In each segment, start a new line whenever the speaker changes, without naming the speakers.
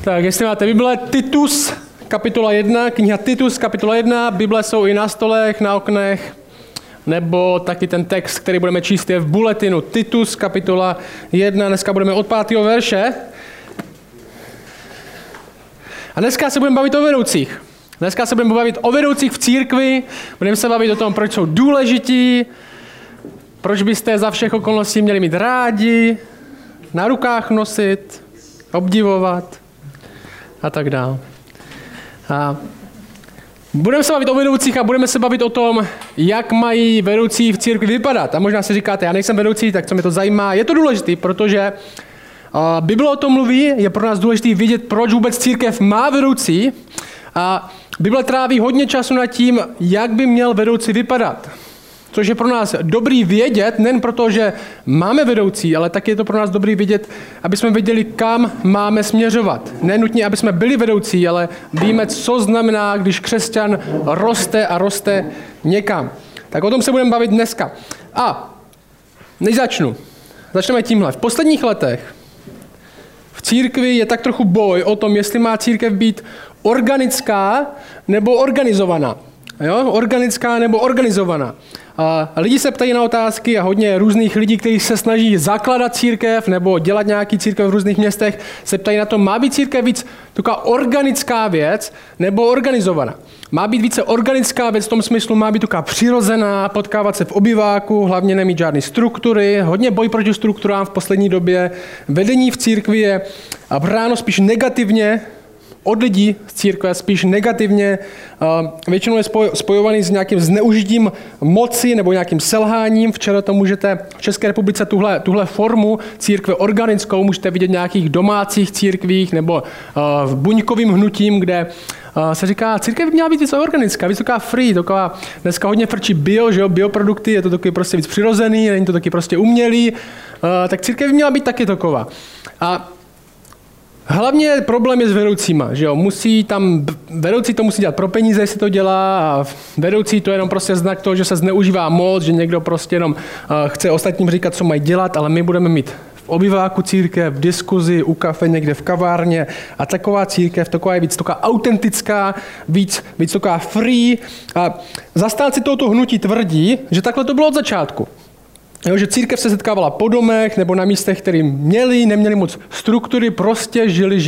Tak, jestli máte Bible, Titus, kapitola 1, kniha Titus, kapitola 1, Bible jsou i na stolech, na oknech, nebo taky ten text, který budeme číst, je v bulletinu. Titus, kapitola 1, dneska budeme od 5. verše. A dneska se budeme bavit o vedoucích. Dneska se budeme bavit o vedoucích v církvi, budeme se bavit o tom, proč jsou důležití, proč byste za všech okolností měli mít rádi, na rukách nosit, obdivovat a tak dále. A budeme se bavit o vedoucích a budeme se bavit o tom, jak mají vedoucí v církvi vypadat. A možná si říkáte, já nejsem vedoucí, tak co mě to zajímá. Je to důležité, protože Bible o tom mluví, je pro nás důležité vidět, proč vůbec církev má vedoucí. A Bible tráví hodně času nad tím, jak by měl vedoucí vypadat. Což je pro nás dobrý vědět, nejen proto, že máme vedoucí, ale taky je to pro nás dobrý vědět, aby jsme věděli, kam máme směřovat. Ne nutně, aby jsme byli vedoucí, ale víme, co znamená, když křesťan roste a roste někam. Tak o tom se budeme bavit dneska. A než začneme tímhle. V posledních letech v církvi je tak trochu boj o tom, jestli má církev být organická nebo organizovaná. Jo? Organická nebo organizovaná. A lidi se ptají na otázky a hodně různých lidí, kteří se snaží zakládat církev nebo dělat nějaký církev v různých městech, se ptají na to, má být církev víc taková organická věc nebo organizovaná. Má být více organická věc v tom smyslu, má být taková přirozená, potkávat se v obyváku, hlavně nemít žádné struktury, hodně boj proti strukturám v poslední době. Vedení v církvi je bráno spíš negativně, od lidí z církve spíš negativně, většinou je spojovaný s nějakým zneužitím moci nebo nějakým selháním. Včera to můžete v České republice tuhle formu církve organickou můžete vidět v nějakých domácích církvích nebo v buňkovým hnutím, kde se říká, církev by měla být víc organická, víc taková free, taková, dneska hodně frčí bio, že jo, bioprodukty, je to taky prostě víc přirozený, není to taky prostě umělý, tak církev by měla být taky taková. A hlavně problém je s vedoucíma, že jo, vedoucí to musí dělat pro peníze, jestli to dělá, a vedoucí to je jenom prostě znak toho, že se zneužívá moc, že někdo prostě jenom chce ostatním říkat, co mají dělat, ale my budeme mít v obyváku církev, v diskuzi, u kafe, někde v kavárně a taková církev, taková je víc taková autentická, víc taková free. A zastánci tohoto hnutí tvrdí, že takhle to bylo od začátku. Jo, že církev se setkávala po domech nebo na místech, které neměli moc struktury, prostě žili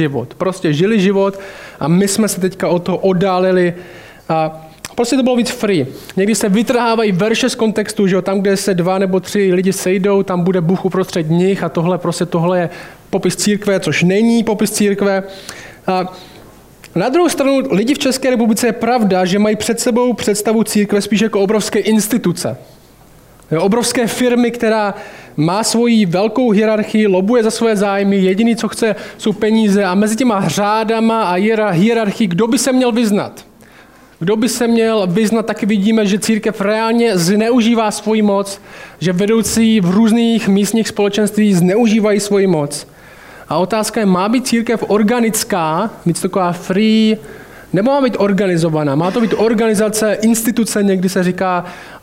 život a my jsme se teďka od toho oddálili a prostě to bylo víc free. Někdy se vytrhávají verše z kontextu, že jo, tam, kde se 2 nebo 3 lidi sejdou, tam bude Bůh uprostřed nich a tohle je popis církve, což není popis církve. A na druhou stranu lidi v České republice je pravda, že mají před sebou představu církve spíš jako obrovské instituce. Obrovské firmy, která má svoji velkou hierarchii, lobuje za svoje zájmy, jediný, co chce, jsou peníze a mezi těma řádama a hierarchii, kdo by se měl vyznat? Kdo by se měl vyznat, taky vidíme, že církev reálně zneužívá svoji moc, že vedoucí v různých místních společenství zneužívají svoji moc. A otázka je, má být církev organická, být taková free, nebo má být organizovaná? Má to být organizace, instituce, někdy se říká,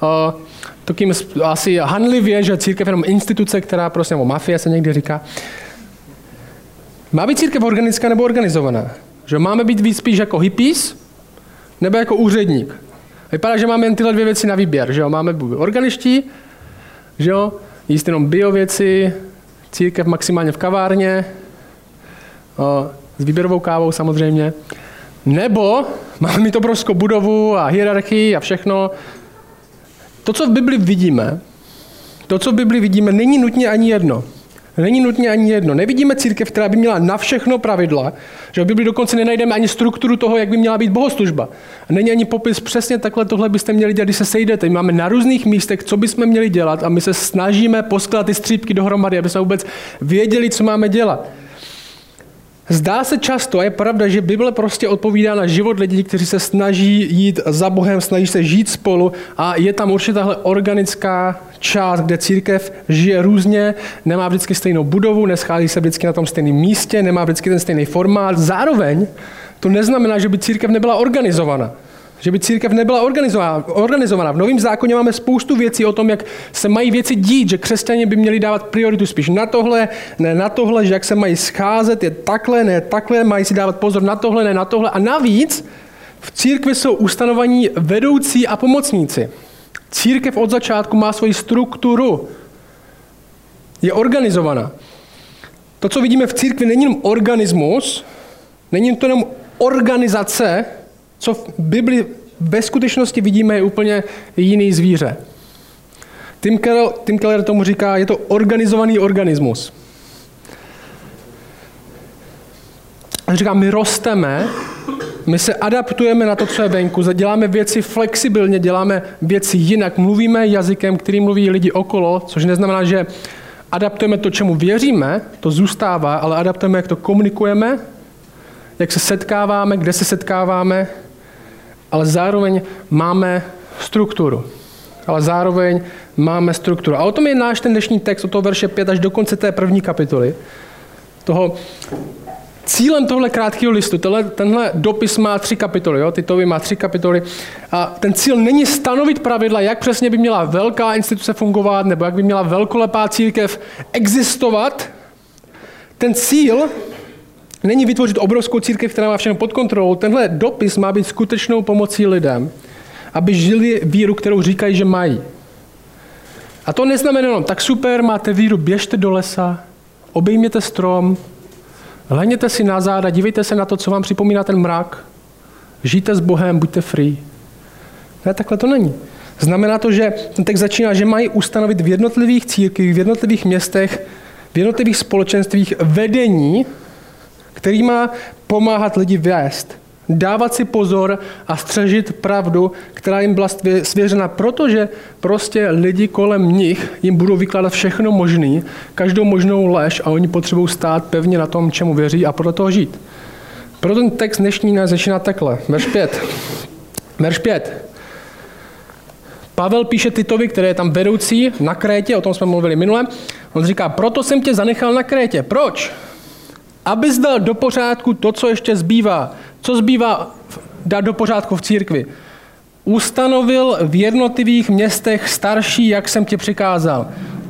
takým asi hanlivě, že církev je jenom instituce, která prostě, nebo mafie se někdy říká. Má být církev organická nebo organizovaná? Že máme být víc spíš jako hippies, nebo jako úředník? Vypadá, že máme jen tyhle 2 věci na výběr, že jo? Máme být organičtí, že jo? Jíst jenom bio věci, církev maximálně v kavárně, s výběrovou kávou samozřejmě. Nebo máme mít obrovskou budovu a hierarchii a všechno. To, co v Bibli vidíme, není nutně ani jedno. Nevidíme církev, která by měla na všechno pravidla, že v Bibli dokonce nenajdeme ani strukturu toho, jak by měla být bohoslužba. A není ani popis přesně takhle, tohle byste měli dělat, když se sejdete. My máme na různých místech, co bychom měli dělat a my se snažíme poskládat ty střípky dohromady, aby jsme vůbec věděli, co máme dělat. Zdá se často, a je pravda, že Bible prostě odpovídá na život lidí, kteří se snaží jít za Bohem, snaží se žít spolu a je tam určitě tahle organická část, kde církev žije různě, nemá vždycky stejnou budovu, neschází se vždycky na tom stejném místě, nemá vždycky ten stejný formát. Zároveň to neznamená, že by církev nebyla organizovaná. Že by církev nebyla organizovaná. V Novém zákoně máme spoustu věcí o tom, jak se mají věci dít, že křesťané by měli dávat prioritu spíš na tohle, ne na tohle, že jak se mají scházet, je takhle, ne takhle, mají si dávat pozor na tohle, ne na tohle. A navíc v církvi jsou ustanovení vedoucí a pomocníci. Církev od začátku má svoji strukturu. Je organizovaná. To, co vidíme v církvi, není jenom organismus, není to jenom organizace, co v Bibli ve skutečnosti vidíme, je úplně jiný zvíře. Tim Keller tomu říká, je to organizovaný organismus. A říká, my rosteme, my se adaptujeme na to, co je venku, děláme věci flexibilně, děláme věci jinak, mluvíme jazykem, který mluví lidi okolo, což neznamená, že adaptujeme to, čemu věříme, to zůstává, ale adaptujeme, jak to komunikujeme, jak se setkáváme, kde se setkáváme, ale zároveň máme strukturu. A o tom je náš ten dnešní text, od toho verše 5 až do konce té první kapitoly. Cílem tohle krátkého listu, tenhle dopis má 3 kapitoly, jo? Titovi má 3 kapitoly. A ten cíl není stanovit pravidla, jak přesně by měla velká instituce fungovat, nebo jak by měla velkolepá církev existovat. Ten cíl není vytvořit obrovskou církev, která má všechno pod kontrolou. Tenhle dopis má být skutečnou pomocí lidem, aby žili víru, kterou říkají, že mají. A to neznamená jenom, tak super, máte víru, běžte do lesa, obejměte strom, lehněte si na záda, dívejte se na to, co vám připomíná ten mrak, žijte s Bohem, buďte free. Ne, takhle to není. Znamená to, že ten text začíná, že mají ustanovit v jednotlivých církvích, v jednotlivých městech, v jednotlivých společenstvích vedení, který má pomáhat lidi vést, dávat si pozor a střežit pravdu, která jim byla svěřena, protože prostě lidi kolem nich jim budou vykládat všechno možné, každou možnou lež a oni potřebují stát pevně na tom, čemu věří a podle toho žít. Proto ten text dnešní začíná takhle. Verš 5. Pavel píše Titovi, který je tam vedoucí na Krétě, o tom jsme mluvili minule. On říká, proto jsem tě zanechal na Krétě. Proč? Abys dal do pořádku to, co ještě zbývá. Co zbývá dát do pořádku v církvi? Ustanovil v jednotlivých městech starší, jak jsem ti přikázal.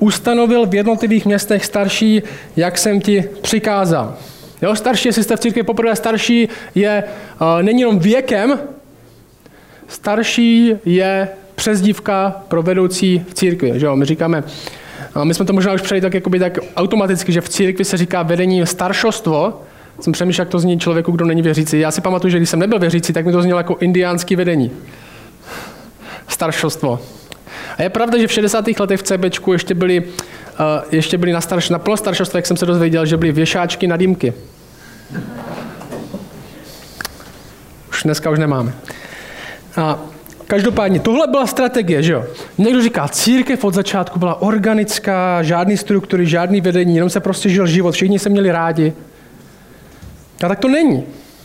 Jo, starší, jestli jste v církvi poprvé, starší není jenom věkem, starší je přezdívka pro vedoucí v církvi. Že jo? My říkáme, my jsme to možná už přejeli tak automaticky, že v církvi se říká vedení staršostvo. Jsem přemýšlel, jak to zní člověku, kdo není věřící. Já si pamatuju, že když jsem nebyl věřící, tak mi to znělo jako indiánský vedení. Staršostvo. A je pravda, že v 60. letech v CBčku ještě byli na plnostaršovství, jak jsem se dozvěděl, že byly věšáčky na dýmky. Dneska už nemáme. A každopádně, tohle byla strategie, že jo? Někdo říká, církev od začátku byla organická, žádný struktury, žádný vedení, jenom se prostě žil život, všichni se měli rádi. A tak to není.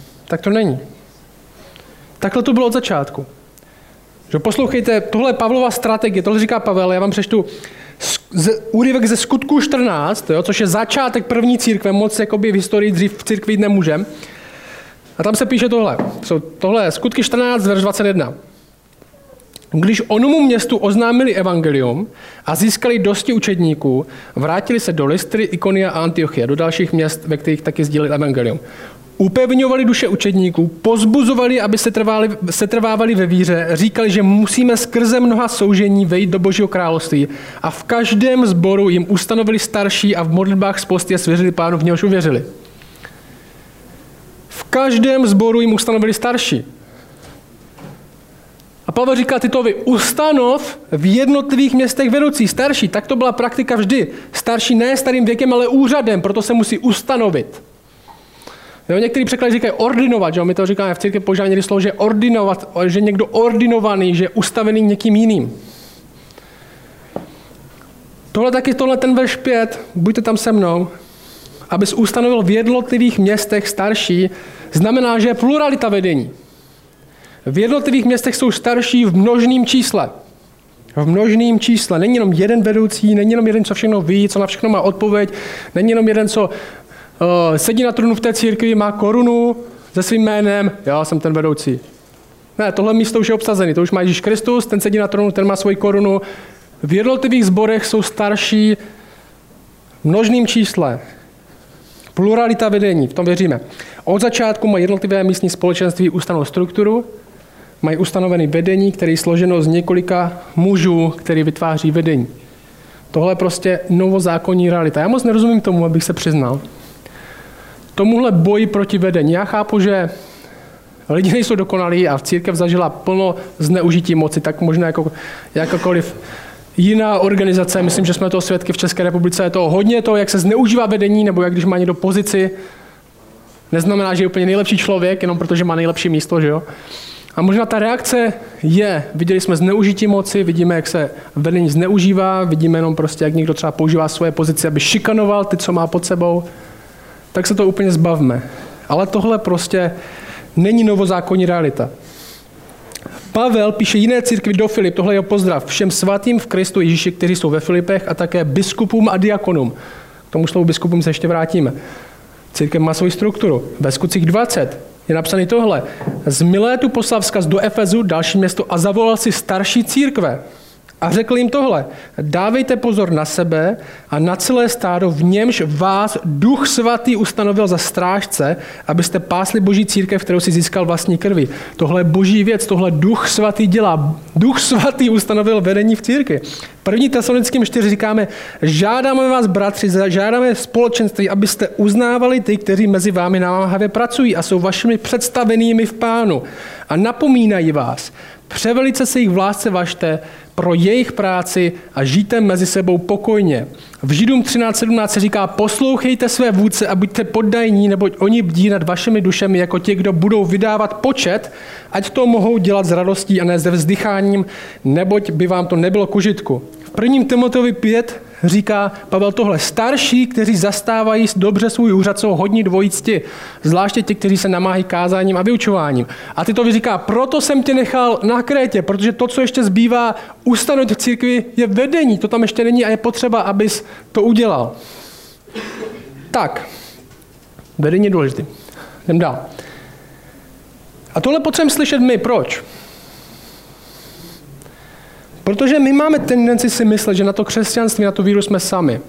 Takhle to bylo od začátku. Že poslouchejte, tohle je Pavlova strategie, tohle říká Pavel, já vám přečtu úryvek ze Skutků 14, jo, což je začátek první církve, moc jakoby v historii dřív v církvi jít nemůžem. A tam se píše tohle. Tohle je Skutky 14, verš 21. Když onomu městu oznámili evangelium a získali dosti učedníků, vrátili se do Lystry, Ikonia a Antiochie, do dalších měst, ve kterých taky sdíleli evangelium. Upevňovali duše učedníků, pozbuzovali, aby se trvávali ve víře, říkali, že musíme skrze mnoha soužení vejít do Božího království a v každém sboru jim ustanovili starší a v modlitbách z posty svěřili Pánu, v něhož uvěřili. V každém sboru jim ustanovili starší. A Pavel říká Titovi, ustanov v jednotlivých městech vedoucí starší. Tak to byla praktika vždy. Starší ne starým věkem, ale úřadem, proto se musí ustanovit. Jo, některý překlady říkají ordinovat, že? My to říkáme v církvi, používáme někdy slovo, že ordinovat, že někdo ordinovaný, že je ustavený někým jiným. Tohle ten verš 5, buďte tam se mnou, abys ustanovil v jednotlivých městech starší, znamená, že je pluralita vedení. V jednotlivých městech jsou starší v množném čísle. Není jenom jeden vedoucí, není jenom jeden, co všechno ví, co na všechno má odpověď, není jenom jeden, co sedí na trůnu v té církvi, má korunu se svým jménem, já jsem ten vedoucí. Ne, tohle místo už je obsazený, to už má Ježíš Kristus, ten sedí na trůnu, ten má svoji korunu. V jednotlivých sborech jsou starší v množném čísle. Pluralita vedení, v tom věříme. Od začátku mají jednotlivé místní společenství ustanou strukturu, mají ustanovený vedení, který je složeno z několika mužů, který vytváří vedení. Tohle je prostě novozákonní realita. Já moc nerozumím tomu, abych se přiznal. Tomuhle boji proti vedení. Já chápu, že lidi nejsou dokonalí a církev zažila plno zneužití moci, tak možná jakkoliv jiná organizace. Myslím, že jsme toho svědky v České republice. Je to hodně to, jak se zneužívá vedení, nebo jak když má někdo pozici. Neznamená, že je úplně nejlepší člověk, jenom protože má nejlepší místo, že jo? A možná ta reakce je, viděli jsme zneužití moci, vidíme, jak se vedení zneužívá, vidíme jenom prostě, jak někdo třeba používá svoje pozice, aby šikanoval ty, co má pod sebou, tak se to úplně zbavme. Ale tohle prostě není novozákonní realita. Pavel píše jiné církvi do Filip, tohle je pozdrav všem svatým v Kristu Ježíši, kteří jsou ve Filipech, a také biskupům a diakonům. K tomu slovu biskupům se ještě vrátíme. Církev má svoji strukturu. Ve Skutcích 20 je napsané tohle. Z Milétu poslal vzkaz do Efezu, další město, a zavolal si starší církve. A řekl jim tohle. Dávejte pozor na sebe a na celé stádo, v němž vás Duch Svatý ustanovil za strážce, abyste pásli Boží církev, kterou si získal vlastní krví. Tohle je boží věc, tohle Duch Svatý dělá. Duch Svatý ustanovil vedení v církvi. 1. Tesalonickým 4 říkáme, žádáme vás, bratři, žádáme společenství, abyste uznávali ty, kteří mezi vámi namáhavě pracují a jsou vašimi představenými v Pánu a napomínají vás. Převelice se jich v lásce važte pro jejich práci a žijte mezi sebou pokojně. V Židům 13:17 se říká, poslouchejte své vůdce a buďte poddajní, neboť oni bdí nad vašimi dušemi jako ti, kdo budou vydávat počet, ať to mohou dělat s radostí a ne se vzdycháním, neboť by vám to nebylo k užitku. V 1. Timoteovi 5 říká Pavel tohle. Starší, kteří zastávají dobře svůj úřad, jsou hodní dvojí cti, zvláště ti, kteří se namáhají kázáním a vyučováním. A Titovi říká, proto jsem tě nechal na Krétě, protože to, co ještě zbývá ustanovit v církvi, je vedení. To tam ještě není a je potřeba, abys to udělal. Tak, vedení je důležité. Jdem dál. A tohle potřebujeme slyšet my. Proč? Protože my máme tendenci si myslet, že na to křesťanství, na tu víru jsme sami.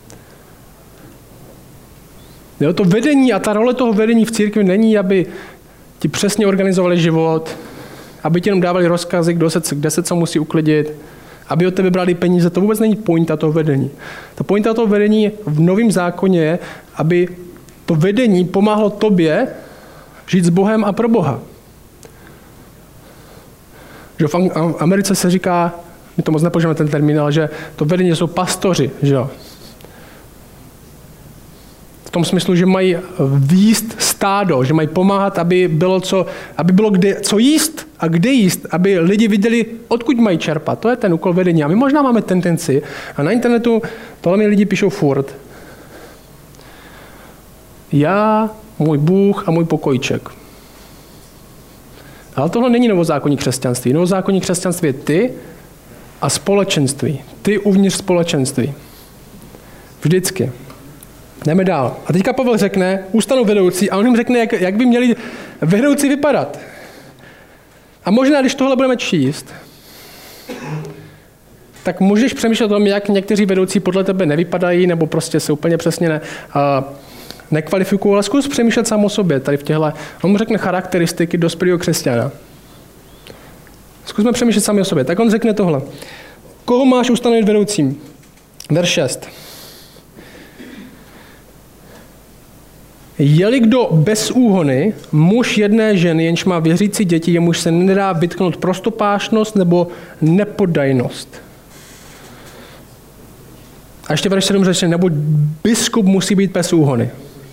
Jo, to vedení a ta role toho vedení v církvi není, aby ti přesně organizovali život, aby ti jenom dávali rozkazy, kde se co musí uklidit, aby od tebe brali peníze. To vůbec není pointa toho vedení. Ta pointa toho vedení v Novém zákoně je, aby to vedení pomáhlo tobě žít s Bohem a pro Boha. Že v Americe se říká, my to moc nepoužíváme ten termín, ale že to vedení jsou pastoři, že jo. V tom smyslu, že mají vést stádo, že mají pomáhat, aby bylo co jíst a kde jíst, aby lidi viděli, odkud mají čerpat. To je ten úkol vedení. A my možná máme tendenci, a na internetu tohle mi lidi píšou furt. Já, můj Bůh a můj pokojíček. Ale tohle není novozákonní křesťanství. Novozákonní křesťanství je ty a společenství. Ty uvnitř společenství. Vždycky. Jdeme dál. A teďka Pavel řekne, ustanou vedoucí, a on jim řekne, jak by měli vedoucí vypadat. A možná, když tohle budeme číst, tak můžeš přemýšlet o tom, jak někteří vedoucí podle tebe nevypadají, nebo prostě se úplně přesně nekvalifikují, ale zkus přemýšlet sám o sobě tady v těchto. On mu řekne charakteristiky dospělého křesťana. Zkusme přemýšlet sami o sobě. Tak on řekne tohle. Koho máš ustanovit vedoucím? Verš 6. Je-li kdo bez úhony, muž jedné ženy, jenž má věřící děti, jemuž se nedá vytknout prostopášnost nebo nepoddajnost. A ještě verš 7 řečne, nebo biskup musí být bez úhony.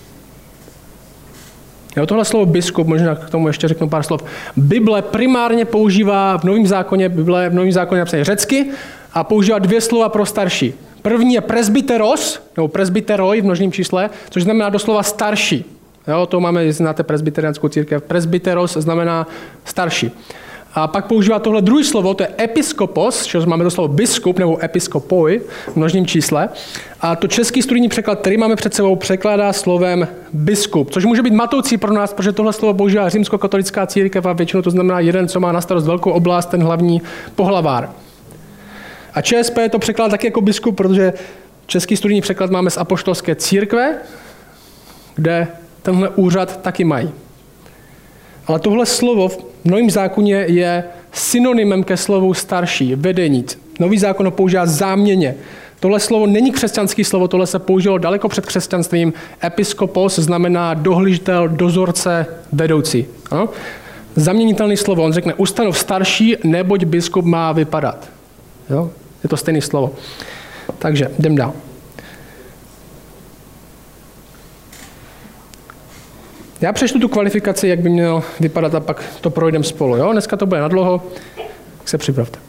Jo, tohle slovo biskup, možná k tomu ještě řeknu pár slov. Bible primárně používá v Novém zákoně, Bible v Novém zákoně napsané řecky a používá 2 slova pro starší. První je presbyteros, nebo presbyteroj v množném čísle, což znamená doslova starší. Jo, to máme, znáte presbyteriánskou církev. Presbyteros znamená starší. A pak používá tohle druhé slovo, to je episkopos, že máme to slovo biskup nebo episkopoi v množném čísle. A to český studijní překlad, který máme před sebou, překládá slovem biskup, což může být matoucí pro nás, protože tohle slovo používá římskokatolická církev a většinou to znamená jeden, co má na starost velkou oblast, ten hlavní pohlavár. A ČSP to překládá taky jako biskup, protože český studijní překlad máme z apoštolské církve, kde tenhle úřad taky mají. Ale tohle slovo v Novém zákoně je synonymem ke slovu starší, vedení. Nový zákon ho používá záměně. Tohle slovo není křesťanské slovo, tohle se použilo daleko před křesťanstvím. Episkopos znamená dohlížitel, dozorce, vedoucí. Ano? Zaměnitelné slovo. On řekne, ustanov starší, neboť biskup má vypadat. Jo? Je to stejné slovo. Takže jdem dál. Já přečtu tu kvalifikaci, jak by měl vypadat a pak to projdeme spolu. Jo? Dneska to bude nadlouho, tak se připravte.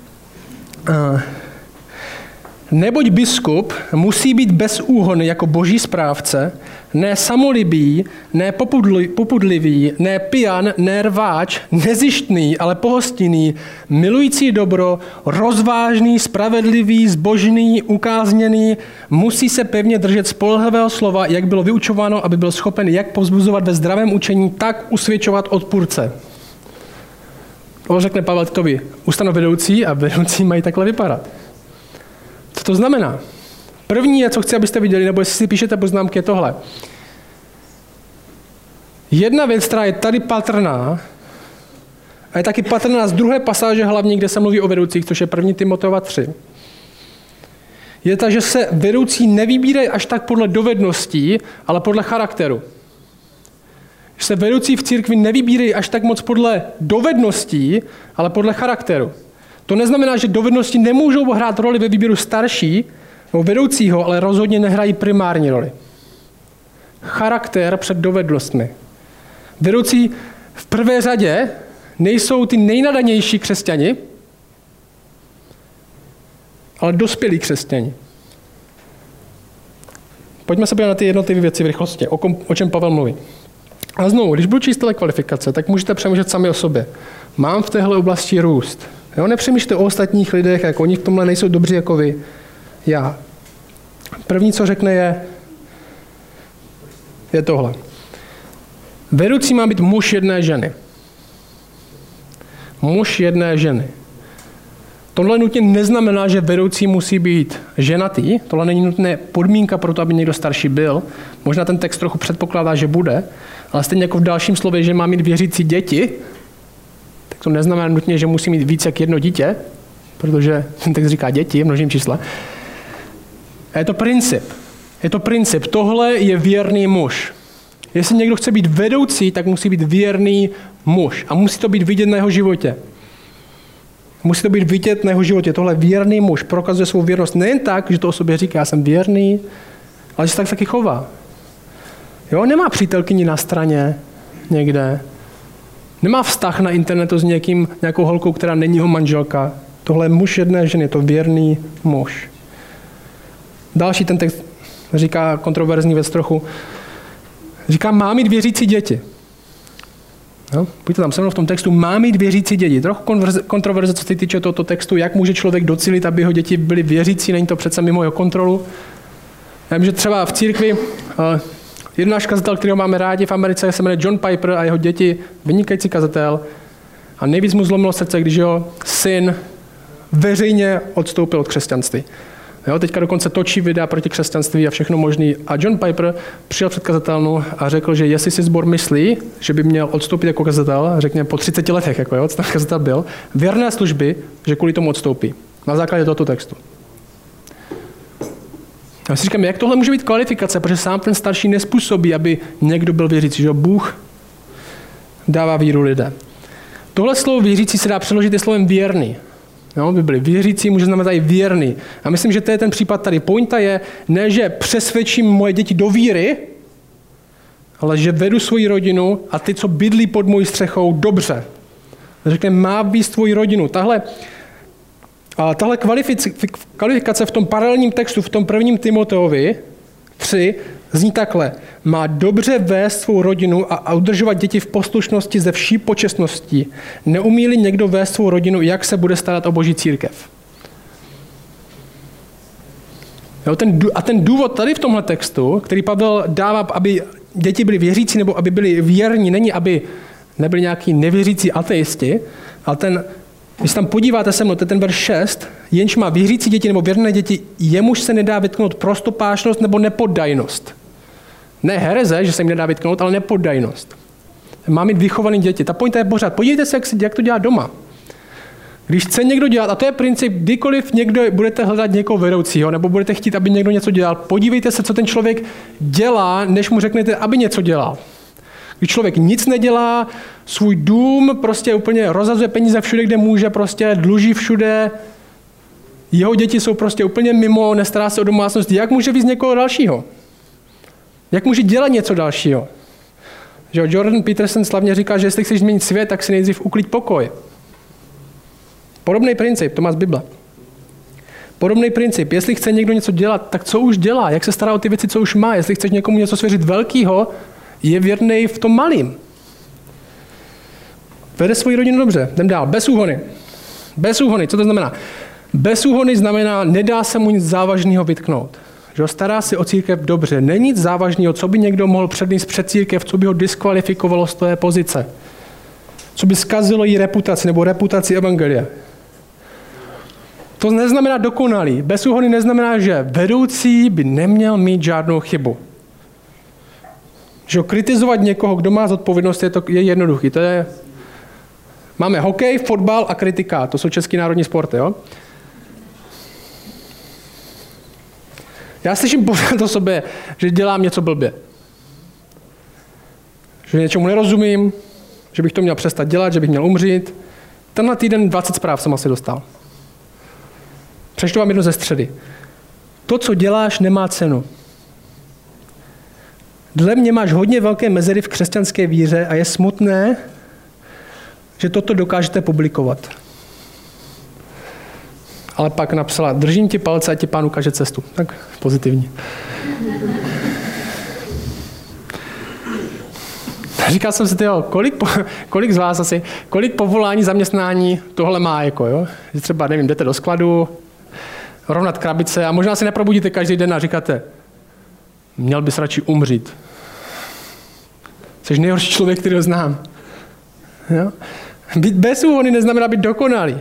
Neboť biskup musí být bezúhonný jako boží správce, ne samolibý, ne popudlivý, ne pijan, ne rváč, nezištný, ale pohostinný, milující dobro, rozvážný, spravedlivý, zbožný, ukázněný, musí se pevně držet spolehlivého slova, jak bylo vyučováno, aby byl schopen jak povzbuzovat ve zdravém učení, tak usvědčovat odpůrce. To řekne Pavel Titovi, ustanov vedoucí a vedoucí mají takhle vypadat. Co to znamená? První je, co chci, abyste viděli, nebo jestli si píšete poznámky, je tohle. Jedna věc, která je tady patrná, a je taky patrná z druhé pasáže hlavní, kde se mluví o vedoucích, což je 1. Timoteova 3, je ta, že se vedoucí nevybírají až tak podle dovedností, ale podle charakteru. Že se vedoucí v církvi nevybírají až tak moc podle dovedností, ale podle charakteru. To neznamená, že dovednosti nemůžou hrát roli ve výběru starší nebo vedoucího, ale rozhodně nehrají primární roli. Charakter před dovednostmi. Vedoucí v prvé řadě nejsou ty nejnadanější křesťani, ale dospělí křesťani. Pojďme se podívat na ty jednotlivé věci v rychlosti, o čem Pavel mluví. A znovu, když budu číst kvalifikace, tak můžete přemýšlet sami o sobě. Mám v téhle oblasti růst. Jo, nepřemýšlejte o ostatních lidech, jak oni v tomhle nejsou dobří jako vy. Já. První, co řekne, je tohle. Vedoucí má být muž jedné ženy. Muž jedné ženy. Tohle nutně neznamená, že vedoucí musí být ženatý. Tohle není nutné podmínka pro to, aby někdo starší byl. Možná ten text trochu předpokládá, že bude, ale stejně jako v dalším slově, že má mít věřící děti, tak to neznamená nutně, že musí mít více jak jedno dítě, protože ten text říká děti v množném čísle. A je to princip. Je to princip. Tohle je věrný muž. Jestli někdo chce být vedoucí, tak musí být věrný muž. A musí to být vidět na jeho životě. Musí to být vidět na jeho životě. Tohle věrný muž prokazuje svou věrnost nejen tak, že to o sobě říká, já jsem věrný, ale že se tak taky chová. Jo, nemá přítelkyni na straně někde. Nemá vztah na internetu s nějakou holkou, která není jeho manželka. Tohle je muž jedné ženy, je to věrný muž. Další ten text říká kontroverzní věc trochu. Říká, má mít věřící děti. No, pojďte tam se mnou v tom textu, má mít věřící děti. Trochu kontroverze, co se týče tohoto textu, jak může člověk docílit, aby jeho děti byly věřící, není to přece mimo jeho kontrolu. Já vím, že třeba v církvi jeden náš kazatel, kterého máme rádi v Americe, se jmenuje John Piper a jeho děti, vynikající kazatel. A nejvíc mu zlomilo srdce, když jeho syn veřejně odstoupil od křesťanství. Jo, teďka dokonce točí videa proti křesťanství a všechno možný. A John Piper přijel před kazatelnu a řekl, že jestli si sbor myslí, že by měl odstoupit jako kazatel, řekněme po 30 letech, jako jo, co tam kazatel byl, věrné služby, že kvůli tomu odstoupí. Na základě tohoto textu. Já si říkám, jak tohle může být kvalifikace, protože sám ten starší nespůsobí, aby někdo byl věřící, že Bůh dává víru lidem. Tohle slovo věřící se dá přeložit i slovem věrný. No, by byli věřící, může znamenat i věrný. A myslím, že to je ten případ tady. Pointa je, ne, že přesvědčím moje děti do víry, ale že vedu svoji rodinu a ty, co bydlí pod mojí střechou, dobře. Řekne, má být tvoji rodinu. Tahle kvalifikace v tom paralelním textu, v tom 1. Timoteovi 3, zní takhle. Má dobře vést svou rodinu a udržovat děti v poslušnosti ze vší počestností. Neumí-li někdo vést svou rodinu, jak se bude starat o Boží církev? Jo, ten důvod tady v tomhle textu, který Pavel dává, aby děti byly věřící nebo aby byli věrní, není, aby nebyli nějaký nevěřící ateisti, ale když tam podíváte se mnou, to je ten verš 6, jenž má věřící děti nebo věrné děti, jemuž se nedá vytknout prostopášnost nebo nepoddajnost. Ne hereze, že se jim nedá vytknout, ale nepoddajnost. Má mít vychovaný děti. Ta pointa je pořád. Podívejte se, jak to dělá doma. Když chce někdo dělat, a to je princip, kdykoliv někdo budete hledat někoho vedoucího, nebo budete chtít, aby někdo něco dělal, podívejte se, co ten člověk dělá, než mu řeknete, aby něco dělal. Když člověk nic nedělá, svůj dům prostě úplně rozhazuje peníze všude, kde může, prostě dluží všude, jeho děti jsou prostě úplně mimo, nestará se o domácnost, jak může víc někoho dalšího? Jak může dělat něco dalšího? Že Jordan Peterson slavně říká, že jestli chceš změnit svět, tak si nejdřív uklid pokoj. Podobný princip, to má z Bible. Podobný princip, jestli chce někdo něco dělat, tak co už dělá? Jak se stará o ty věci, co už má? Jestli chceš někomu něco svěřit velkýho, je věrný v tom malým. Vede svoji rodinu dobře. Jdem dál. Bez úhony. Bez úhony. Co to znamená? Bez úhony znamená, nedá se mu nic závažného vytknout. Že stará si o církev dobře. Není nic závažného, co by někdo mohl přednést před církev, co by ho diskvalifikovalo z té pozice. Co by zkazilo jí reputaci nebo reputaci evangelia. To neznamená dokonalý. Bez úhony neznamená, že vedoucí by neměl mít žádnou chybu. Že kritizovat někoho, kdo má zodpovědnost, je jednoduchý. Máme hokej, fotbal a kritika. To jsou český národní sporty, jo? Já slyším pořád o sobě, že dělám něco blbě. Že něčemu nerozumím, že bych to měl přestat dělat, že bych měl umřít. Tenhle týden 20 zpráv jsem asi dostal. Přečtu vám jedno ze středy. To, co děláš, nemá cenu. Dle mě máš hodně velké mezery v křesťanské víře a je smutné, že toto dokážete publikovat. Ale pak napsala, držím ti palce a ti Pán ukáže cestu. Tak pozitivní. Říkal jsem si, kolik z vás asi, kolik povolání, zaměstnání tohle má, jako, jo? Že třeba, nevím, jdete do skladu, rovnat krabice a možná si neprobudíte každý den a říkáte, měl bys radši umřít. Jsi nejhorší člověk, který ho znám. Jo? Být bez úhony neznamená být dokonalý.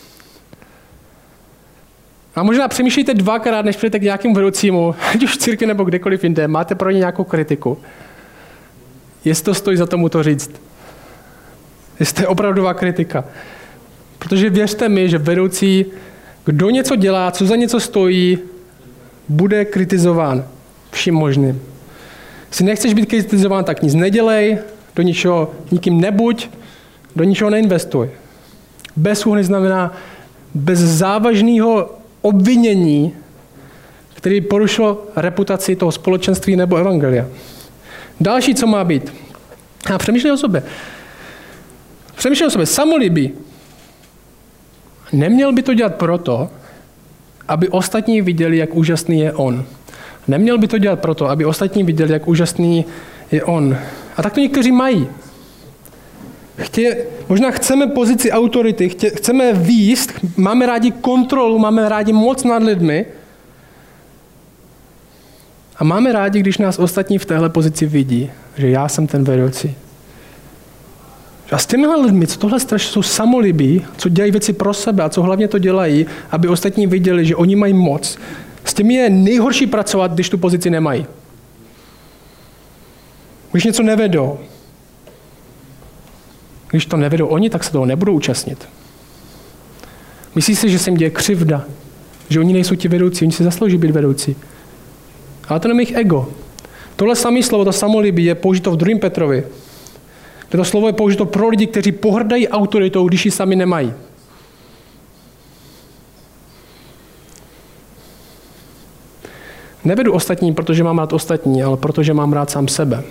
A možná přemýšlíte dvakrát, než přijdete k nějakému vedoucímu, ať už v církvi nebo kdekoliv jinde, máte pro ně nějakou kritiku. Jestli to stojí za tomu to říct. Jestli to je opravdová kritika. Protože věřte mi, že vedoucí, kdo něco dělá, co za něco stojí, bude kritizován vším možným. Jestli nechceš být kritizován, tak nic nedělej, do ničeho nikým nebuď, do ničeho neinvestuj. Bez úhony znamená bez závažného obvinění, který porušilo reputaci toho společenství nebo evangelia. Další, co má být. A přemýšlej o sobě. Samolibý. Neměl by to dělat proto, aby ostatní viděli, jak úžasný je on. Neměl by to dělat proto, aby ostatní viděli, jak úžasný je on. A tak to někteří mají. Možná chceme pozici autority, chceme vést, máme rádi kontrolu, máme rádi moc nad lidmi a máme rádi, když nás ostatní v téhle pozici vidí, že já jsem ten vedoucí. A s těmihle lidmi, co tohle strašně jsou samolibí, co dělají věci pro sebe a co hlavně to dělají, aby ostatní viděli, že oni mají moc, s těmi je nejhorší pracovat, když tu pozici nemají. Když něco nevedou. Když to nevedou oni, tak se toho nebudou účastnit. Myslí si, že se jim děje křivda, že oni nejsou ti vedoucí, oni si zaslouží být vedoucí. Ale to není jejich ego. Tohle samé slovo, to samolibí, je použito v 2. Petrovi. Toto slovo je použito pro lidi, kteří pohrdají autoritou, když ji sami nemají. Nevedu ostatní, protože mám rád ostatní, ale protože mám rád sám sebe.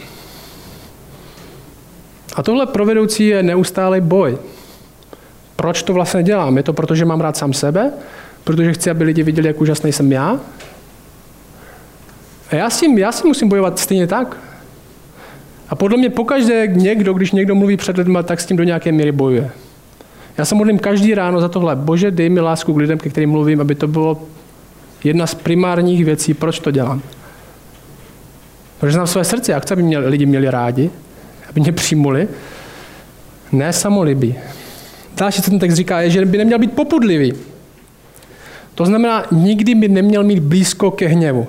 A tohle pro vedoucí je neustálý boj. Proč to vlastně dělám? Je to proto, že mám rád sám sebe? Protože chci, aby lidi viděli, jak úžasný jsem já? A já si musím bojovat stejně tak. A podle mě pokaždé když někdo mluví před lidma, tak s tím do nějaké míry bojuje. Já se modlím každý ráno za tohle. Bože, dej mi lásku k lidem, ke kterým mluvím, aby to bylo jedna z primárních věcí, proč to dělám. Protože znám své srdce, já chci, aby mě lidi měli rádi, aby mě přijmuli. Ne samolibí. Další, co ten text říká, je, že by neměl být popudlivý. To znamená, nikdy by neměl mít blízko ke hněvu.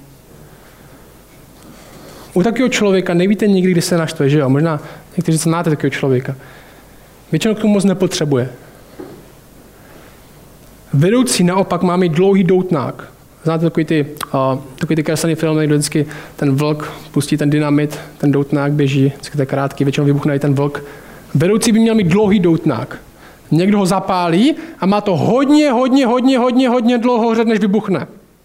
U takového člověka nevíte nikdy, kdy se naštve, že jo? Možná někteří znáte takového člověka. Většinou k tomu moc nepotřebuje. Vedoucí naopak má mít dlouhý doutnák. Znáte takový ty kreslený filmy, kde vždycky ten vlk pustí ten dynamit, ten doutnák běží, vždycky to je krátký, většinou vybuchne i ten vlk. Vedoucí by měl mít dlouhý doutnák. Někdo ho zapálí a má to hodně dlouho hořet, než vybuchne.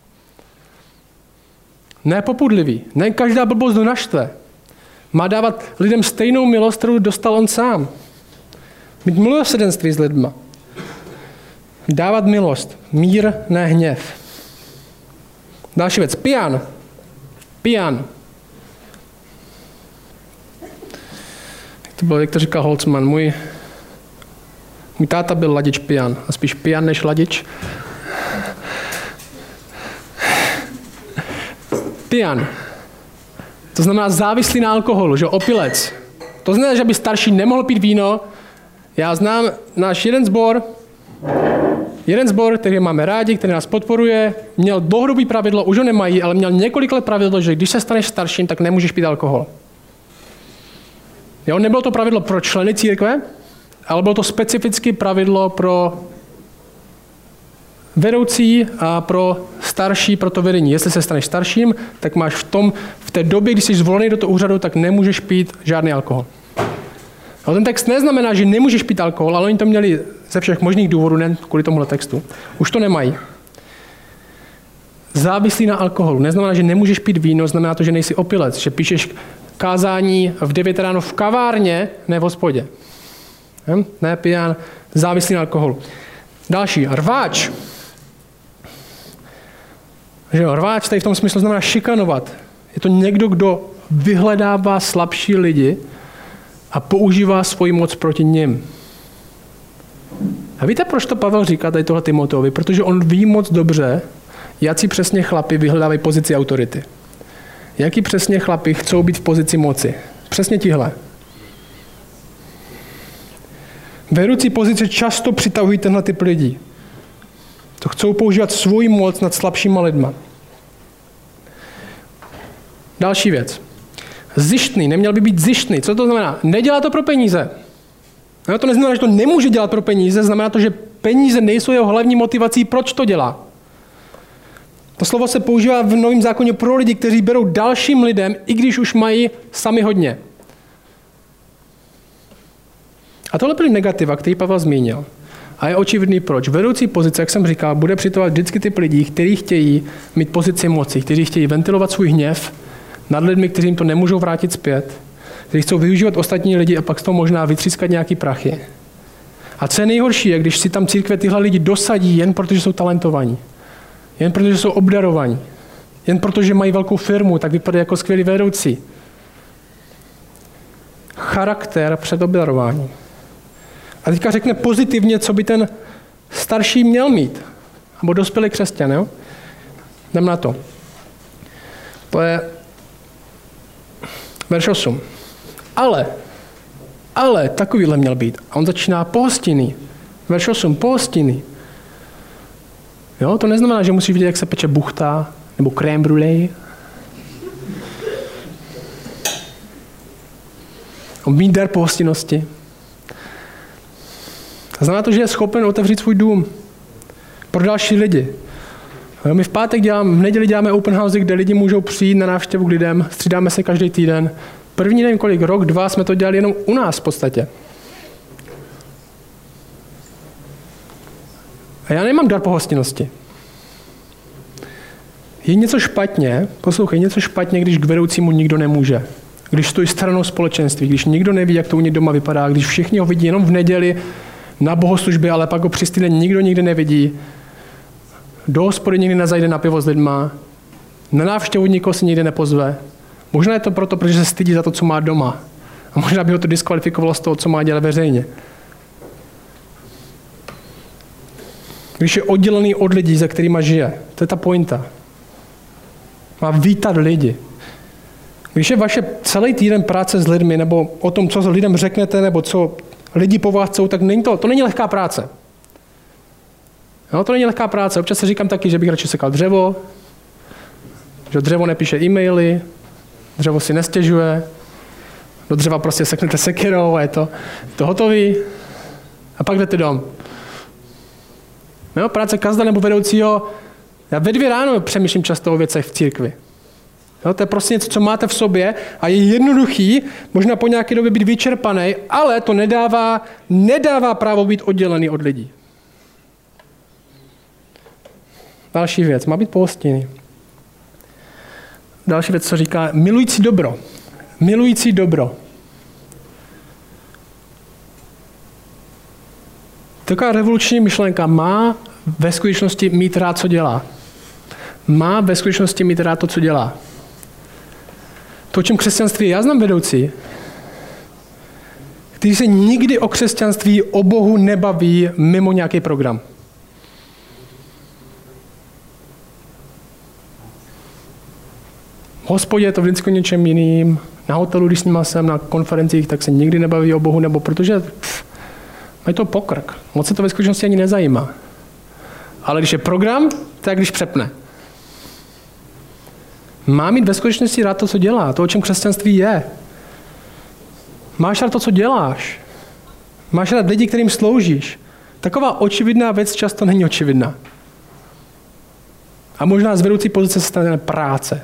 Ne popudlivý. Ne každá blbost ho naštve. Má dávat lidem stejnou milost, kterou dostal on sám. Mít milosrdenství s lidma. Dávat milost. Mír, ne hněv. Další věc. Pijan. Jak to říkal Holtzman, můj táta byl ladič pijan. A spíš pijan než ladič. Pijan. To znamená závislý na alkoholu, že opilec. To znamená, že by starší nemohl pít víno. Já znám náš jeden sbor, který máme rádi, který nás podporuje, měl dlouhodobý pravidlo, už ho nemají, ale měl několik let pravidlo, že když se staneš starším, tak nemůžeš pít alkohol. Jo, nebylo to pravidlo pro členy církve, ale bylo to specificky pravidlo pro vedoucí a pro starší, pro to vedení. Jestli se staneš starším, tak máš v té době, když jsi zvolený do toho úřadu, tak nemůžeš pít žádný alkohol. A ten text neznamená, že nemůžeš pít alkohol, ale oni to měli ze všech možných důvodů, ne kvůli tomuhle textu. Už to nemají. Závislý na alkoholu. Neznamená, že nemůžeš pít víno, znamená to, že nejsi opilec, že píšeš kázání v 9 ráno v kavárně, ne v hospodě. Ne pijan, závislý na alkoholu. Další, rváč. Že jo, rváč tady v tom smyslu znamená šikanovat. Je to někdo, kdo vyhledává slabší lidi a používá svoji moc proti nim. A víte, proč to Pavel říká tady tohle Timoteovi? Protože on ví moc dobře, jaký přesně chlapi vyhledávají pozici autority. Jaký přesně chlapi chcou být v pozici moci. Přesně tihle. Vedoucí pozice často přitahují tenhle typ lidí. To chcou používat svou moc nad slabšíma lidma. Další věc. Zištný, neměl by být zištný. Co to znamená? Nedělá to pro peníze. No, to neznamená, že to nemůže dělat pro peníze, znamená to, že peníze nejsou jeho hlavní motivací, proč to dělá. To slovo se používá v Novém zákoně pro lidi, kteří berou dalším lidem, i když už mají sami hodně. A tohle byly negativa, který Pavel zmínil. A je očividný proč. Vedoucí pozice, jak jsem říkal, bude přitahovat vždycky typ lidí, kteří chtějí mít pozici moci, kteří chtějí ventilovat svůj hněv nad lidmi, kteří jim to nemůžou vrátit zpět, kteří chcou využívat ostatní lidi a pak z toho možná vytřískat nějaký prachy. A co je nejhorší, je, když si tam církve tyhle lidi dosadí jen protože jsou talentovaní, jen protože jsou obdarovaní, jen protože mají velkou firmu, tak vypadají jako skvělí vedoucí. Charakter před obdarováním. A teďka řekne pozitivně, co by ten starší měl mít. Nebo dospělý křesťan, jo? Jdem na to. To je verš 8. Ale takovýhle měl být. A on začíná pohostinný. Verš 8, pohostinný. Jo, to neznamená, že musíš vidět, jak se peče buchta, nebo crème brûlée. Mít dar pohostinnosti. Znamená to, že je schopen otevřít svůj dům pro další lidi. My v neděli děláme open house, kde lidi můžou přijít na návštěvu k lidem, střídáme se každý týden. První nevím kolik, rok, 2 jsme to dělali jenom u nás v podstatě. A já nemám dar pohostinnosti. Je něco špatně, poslouchej, něco špatně, když k vedoucímu nikdo nemůže. Když stojí stranou společenství, když nikdo neví, jak to u něj doma vypadá, když všichni ho vidí jenom v neděli na bohoslužbě, ale pak ho přes týden nikdo nikdy nevidí. Do hospody nikdy nezajde na pivo s lidma. Na návštěvu nikoho si nikdy nepozve. Možná je to proto, protože se stydí za to, co má doma. A možná by ho to diskvalifikovalo z toho, co má dělat veřejně. Když je oddělený od lidí, za kterýma žije. To je ta pointa. Má vítat lidi. Když je vaše celý týden práce s lidmi, nebo o tom, co lidem řeknete, nebo co lidi po vás chcou, tak to není lehká práce. Jo, to není lehká práce. Občas se říkám taky, že bych radši sekal dřevo, že dřevo nepíše e-maily, dřevo si nestěžuje, do dřeva prostě seknete sekirou a je to hotový. A pak jdete dom. Jo, práce kazda nebo vedoucího, já ve 2 ráno přemýšlím často o věcech v církvi. Jo, to je prostě něco, co máte v sobě a je jednoduchý, možná po nějaké době být vyčerpaný, ale to nedává právo být oddělený od lidí. Další věc, má být pohostinný. Další věc, co říká, milující dobro. Milující dobro. Taková revoluční myšlenka má ve skutečnosti mít rád, co dělá. Má ve skutečnosti mít rád to, co dělá. To, o čem křesťanství je. Já znám vedoucí, kteří se nikdy o křesťanství, o Bohu nebaví mimo nějaký program. V hospodě je to vždycky něčem jiným. Na hotelu, když s nima jsem, na konferencích, tak se nikdy nebaví o Bohu, nebo protože mají to pokrk. Moc se to ve skutečnosti ani nezajímá. Ale když je program, tak když přepne. Má mít ve skutečnosti rád to, co dělá, to, o čem křesťanství je. Máš rád to, co děláš. Máš rád lidi, kterým sloužíš. Taková očividná věc často není očividná. A možná z vedoucí pozice se stane práce.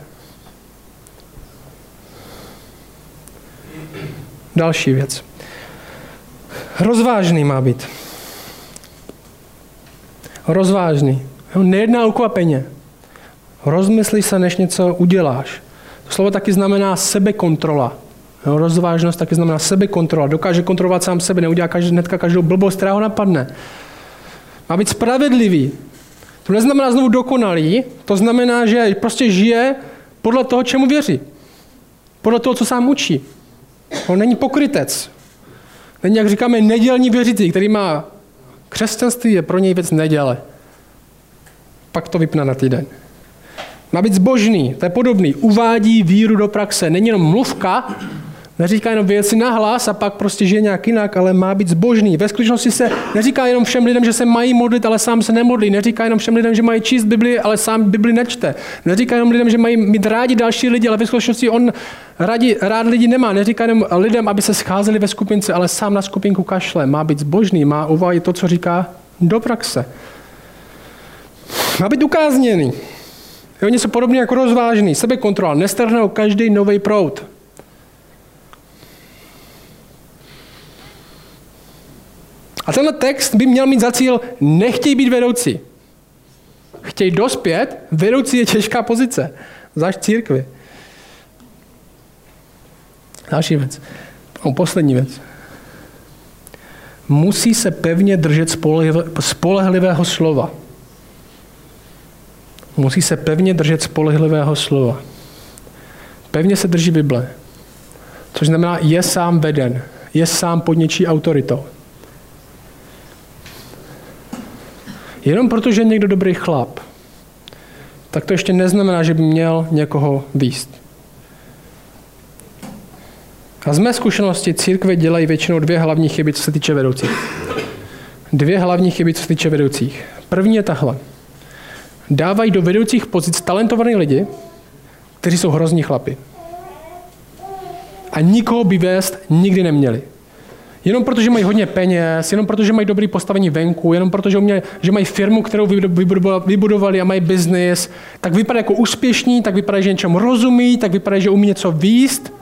Další věc. Rozvážný má být. Rozvážný. Nejedná ukvapeně. Rozmysli se, než něco uděláš. To slovo taky znamená sebekontrola. Rozvážnost taky znamená sebekontrola. Dokáže kontrolovat sám sebe, neudělá hnedka každou blbost, která ho napadne. Má být spravedlivý. To neznamená znovu dokonalý, to znamená, že prostě žije podle toho, čemu věří. Podle toho, co sám učí. On není pokrytec. Není, jak říkáme, nedělní věřící, který má křesťanství, je pro něj věc neděle. Pak to vypne na týden. Má být zbožný, to je podobný. Uvádí víru do praxe. Není jenom mluvka, neříká jenom věci nahlas a pak prostě žije nějak jinak, ale má být zbožný. Ve skutečnosti se neříká jenom všem lidem, že se mají modlit, ale sám se nemodlí. Neříká jenom všem lidem, že mají číst Bibli, ale sám Bibli nečte. Neříká jenom lidem, že mají mít rádi další lidi, ale ve skutečnosti on rád lidi nemá. Neříká jenom lidem, aby se scházeli ve skupince, ale sám na skupinku kašle. Má být zbožný, má uvádět to, co říká, do praxe. Má být ukázněný. Je něco podobné jako rozvážný, sebekontrola, nestrhne každý nový proud. A tenhle text by měl mít za cíl, nechtěj být vedoucí. Chtěj dospět, vedoucí je těžká pozice, zvlášť v církvi. Další věc. Poslední věc. Musí se pevně držet spolehlivého slova. Musí se pevně držet spolehlivého slova. Pevně se drží Bible. Což znamená, je sám veden. Je sám pod něčí autoritou. Jenom protože je někdo dobrý chlap, tak to ještě neznamená, že by měl někoho vést. A z mé zkušenosti církve dělají většinou 2 hlavní chyby, co se týče vedoucích. 2 hlavní chyby, co se týče vedoucích. První je tahle. Dávají do vedoucích pozic talentované lidi, kteří jsou hrozní chlapi. A nikoho by vést nikdy neměli. Jenom protože mají hodně peněz, jenom protože mají dobré postavení venku, jenom protože že mají firmu, kterou vybudovali a mají biznis, tak vypadají jako úspěšní, tak vypadají, že něčemu rozumí, tak vypadají, že umí něco vést.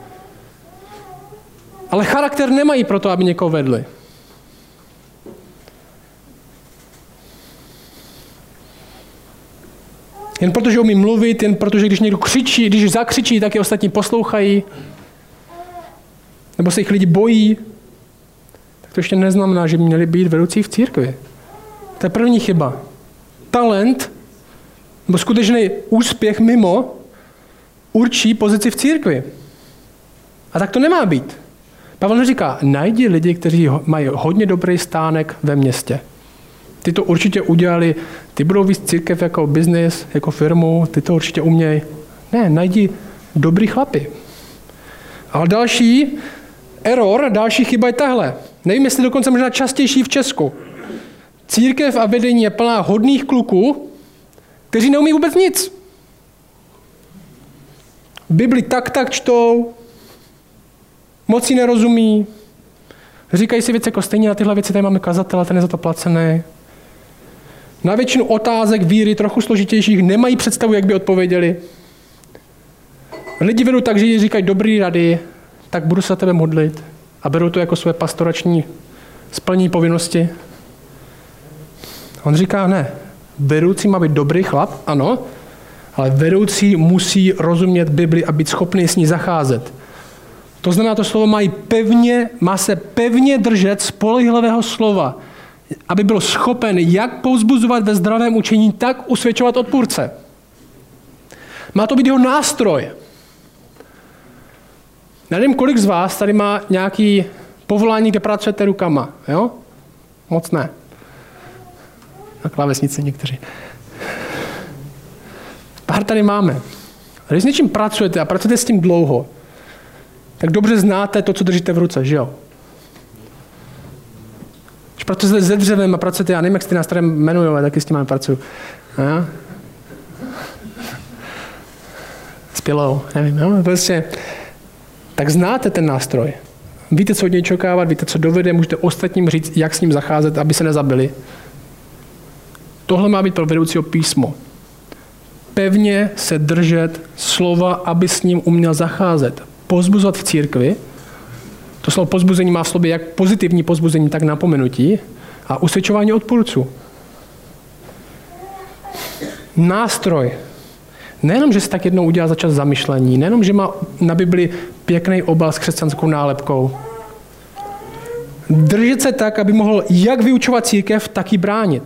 Ale charakter nemají pro to, aby někoho vedli. Jen protože umí mluvit, jen protože když někdo křičí, když zakřičí, tak je ostatní poslouchají. Nebo se jich lidi bojí. Tak to ještě neznamená, že by měli být vedoucí v církvi. To je první chyba. Talent, nebo skutečný úspěch mimo, určí pozici v církvi. A tak to nemá být. Pavel neříká, najdi lidi, kteří mají hodně dobrý stánek ve městě. Ty to určitě udělali, ty budou víc církev jako biznis, jako firmu, ty to určitě umějí. Ne, najdi dobrý chlapy. Ale další error, další chyba je tahle. Nevím, jestli dokonce možná častější v Česku. Církev a vedení je plná hodných kluků, kteří neumí vůbec nic. Bibli tak čtou, moc ji nerozumí, říkají si věci jako stejně na tyhle věci, tady máme kazatele, ten je za to placený. Na většinu otázek víry, trochu složitějších, nemají představu, jak by odpověděli. Lidi vedou tak, že jí říkají dobrý rady, tak budu se za tebe modlit a berou to jako své pastorační splnění povinnosti. On říká, ne, vedoucí má být dobrý chlap, ano, ale vedoucí musí rozumět Bibli a být schopný s ní zacházet. To znamená, to slovo má se pevně držet spolehlivého slova, aby byl schopen jak povzbuzovat ve zdravém učení, tak usvědčovat odpůrce. Má to být jeho nástroj. Nevím, kolik z vás tady má nějaký povolání, kde pracujete rukama, jo? Moc ne. Na klávesnici někteří. Pár tady máme. A když s něčím pracujete a pracujete s tím dlouho, tak dobře znáte to, co držíte v ruce, že jo? Když pracujete se dřevem a pracujete, já nevím, jak jste nás tady jmenujou, taky s tím pracuju. S pilou, nevím, no, prostě. Tak znáte ten nástroj. Víte, co od něj čekávat, víte, co dovede, můžete ostatním říct, jak s ním zacházet, aby se nezabili. Tohle má být pro vedoucího písmo. Pevně se držet slova, aby s ním uměl zacházet. Pozbuzovat v církvi. To slovo pozbuzení má v sobě jak pozitivní pozbuzení, tak napomenutí. A usvědčování odpůrců. Nástroj. Nejenom, že se tak jednou udělá za čas zamyšlení, nejenom, že má na Bibli pěkný obal s křesťanskou nálepkou. Držet se tak, aby mohl jak vyučovat církev, tak ji bránit.